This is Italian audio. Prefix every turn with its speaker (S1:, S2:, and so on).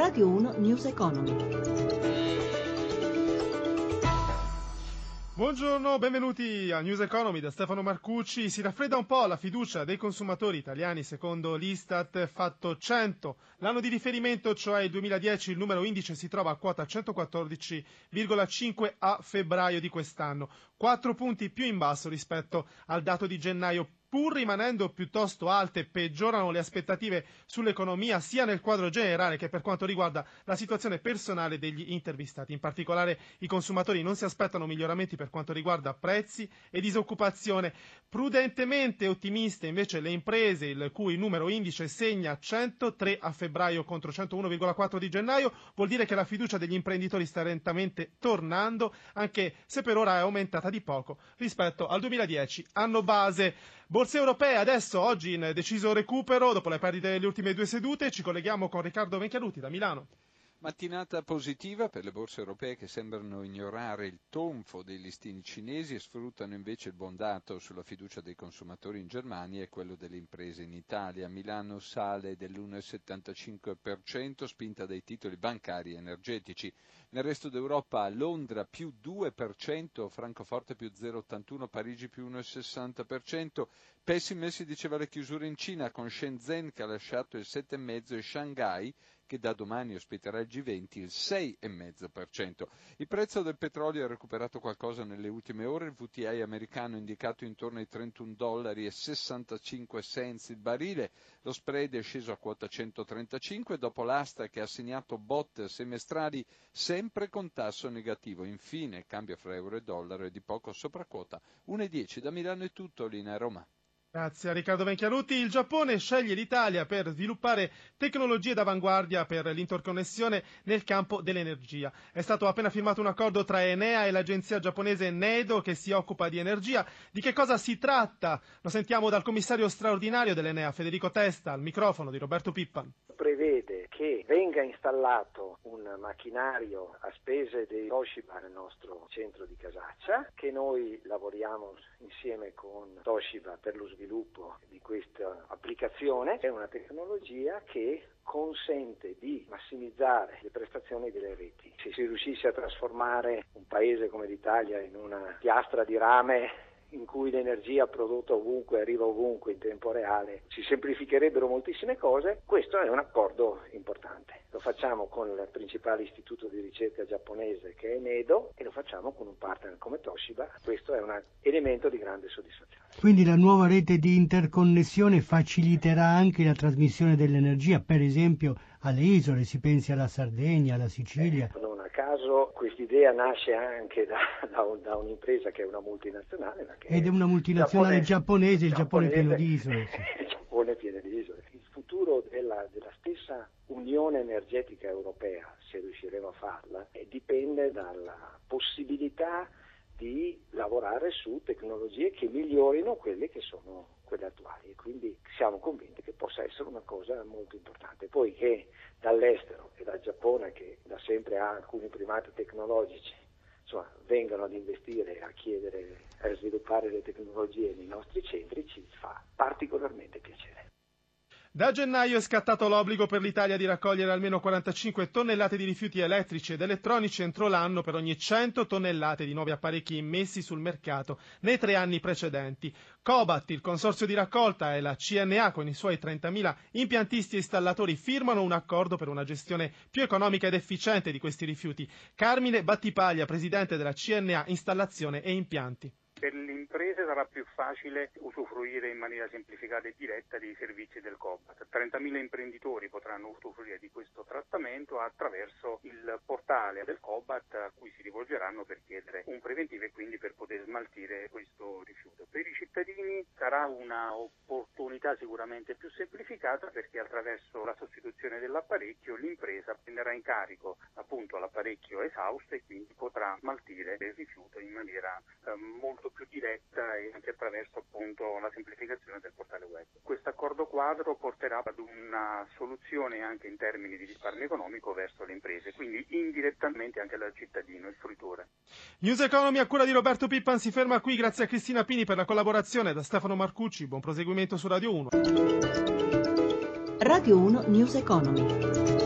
S1: Radio 1 News Economy.
S2: Buongiorno, benvenuti a News Economy da Stefano Marcucci. Si raffredda un po' la fiducia dei consumatori italiani secondo l'Istat Fatto 100. L'anno di riferimento, cioè il 2010, il numero indice si trova a quota 114,5 a febbraio di quest'anno, 4 punti più in basso rispetto al dato di gennaio. Pur rimanendo piuttosto alte, peggiorano le aspettative sull'economia sia nel quadro generale che per quanto riguarda la situazione personale degli intervistati. In particolare i consumatori non si aspettano miglioramenti per quanto riguarda prezzi e disoccupazione. Prudentemente ottimiste invece le imprese, il cui numero indice segna 103 a febbraio contro 101,4 di gennaio. Vuol dire che la fiducia degli imprenditori sta lentamente tornando, anche se per ora è aumentata di poco rispetto al 2010, anno base. Borse europee adesso, oggi in deciso recupero, dopo le perdite delle ultime due sedute. Ci colleghiamo con Riccardo Venchiaruti da Milano.
S3: Mattinata positiva per le borse europee che sembrano ignorare il tonfo dei listini cinesi e sfruttano invece il buon dato sulla fiducia dei consumatori in Germania e quello delle imprese in Italia. Milano sale dell'1,75%, spinta dai titoli bancari e energetici. Nel resto d'Europa Londra più 2%, Francoforte più 0,81%, Parigi più 1,60%. Pessime si diceva le chiusure in Cina, con Shenzhen che ha lasciato il 7,5% e Shanghai che da domani ospiterà il G20 il 6,5%. Il prezzo del petrolio ha recuperato qualcosa nelle ultime ore, il WTI americano indicato intorno ai $31,65 il barile, lo spread è sceso a quota 135 dopo l'asta che ha segnato bot semestrali sempre con tasso negativo. Infine il cambio fra euro e dollaro è di poco sopra quota 1,10. Da Milano è tutto, linea Roma.
S2: Grazie a Riccardo Venchiaruti. Il Giappone sceglie l'Italia per sviluppare tecnologie d'avanguardia per l'interconnessione nel campo dell'energia. È stato appena firmato un accordo tra Enea e l'agenzia giapponese NEDO che si occupa di energia. Di che cosa si tratta? Lo sentiamo dal commissario straordinario dell'Enea, Federico Testa, al microfono di Roberto Pippan.
S4: Prevede che venga installato un macchinario a spese di Toshiba nel nostro centro di Casaccia, che noi lavoriamo insieme con Toshiba per lo sviluppo di questa applicazione. È una tecnologia che consente di massimizzare le prestazioni delle reti. Se si riuscisse a trasformare un paese come l'Italia in una piastra di rame in cui l'energia prodotta ovunque, arriva ovunque in tempo reale, si semplificherebbero moltissime cose. Questo è un accordo importante. Lo facciamo con il principale istituto di ricerca giapponese che è NEDO e lo facciamo con un partner come Toshiba. Questo è un elemento di grande soddisfazione.
S5: Quindi la nuova rete di interconnessione faciliterà anche la trasmissione dell'energia, per esempio alle isole, si pensi alla Sardegna, alla Sicilia.
S4: Non a caso quest'idea nasce anche da un'impresa che è una multinazionale. Ma che
S5: ed è una multinazionale giapponese, il Giappone pieno di isole. Sì.
S4: Il Giappone pieno di isole. Il futuro della stessa Unione Energetica Europea, se riusciremo a farla, dipende dalla possibilità di lavorare su tecnologie che migliorino quelle che sono quelle attuali, e quindi siamo convinti che possa essere una cosa molto importante. Poi che dall'estero e dal Giappone, che da sempre ha alcuni primati tecnologici, vengano ad investire e a chiedere a sviluppare le tecnologie nei nostri centri, ci fa particolarmente piacere.
S2: Da gennaio è scattato l'obbligo per l'Italia di raccogliere almeno 45 tonnellate di rifiuti elettrici ed elettronici entro l'anno per ogni 100 tonnellate di nuovi apparecchi immessi sul mercato nei 3 anni precedenti. Cobat, il consorzio di raccolta, e la CNA con i suoi 30.000 impiantisti e installatori firmano un accordo per una gestione più economica ed efficiente di questi rifiuti. Carmine Battipaglia, presidente della CNA Installazione e Impianti.
S6: Per le imprese sarà più facile usufruire in maniera semplificata e diretta dei servizi del Cobat. 30.000 imprenditori potranno usufruire di questo trattamento attraverso il portale del Cobat a cui si rivolgeranno per chiedere un preventivo e quindi per poter smaltire questo rifiuto. Per i cittadini sarà una opportunità sicuramente più semplificata perché attraverso la sostituzione dell'apparecchio l'impresa prenderà in carico appunto l'apparecchio esausto e quindi potrà smaltire il rifiuto in maniera molto più diretta e anche attraverso appunto la semplificazione del portale web. Questo accordo quadro porterà ad una soluzione anche in termini di risparmio economico verso le imprese, quindi indirettamente anche al cittadino, il fruitore.
S2: News Economy a cura di Roberto Pippan si ferma qui, grazie a Cristina Pini per la collaborazione, da Stefano Marcucci, buon proseguimento su Radio 1.
S1: Radio 1 News Economy.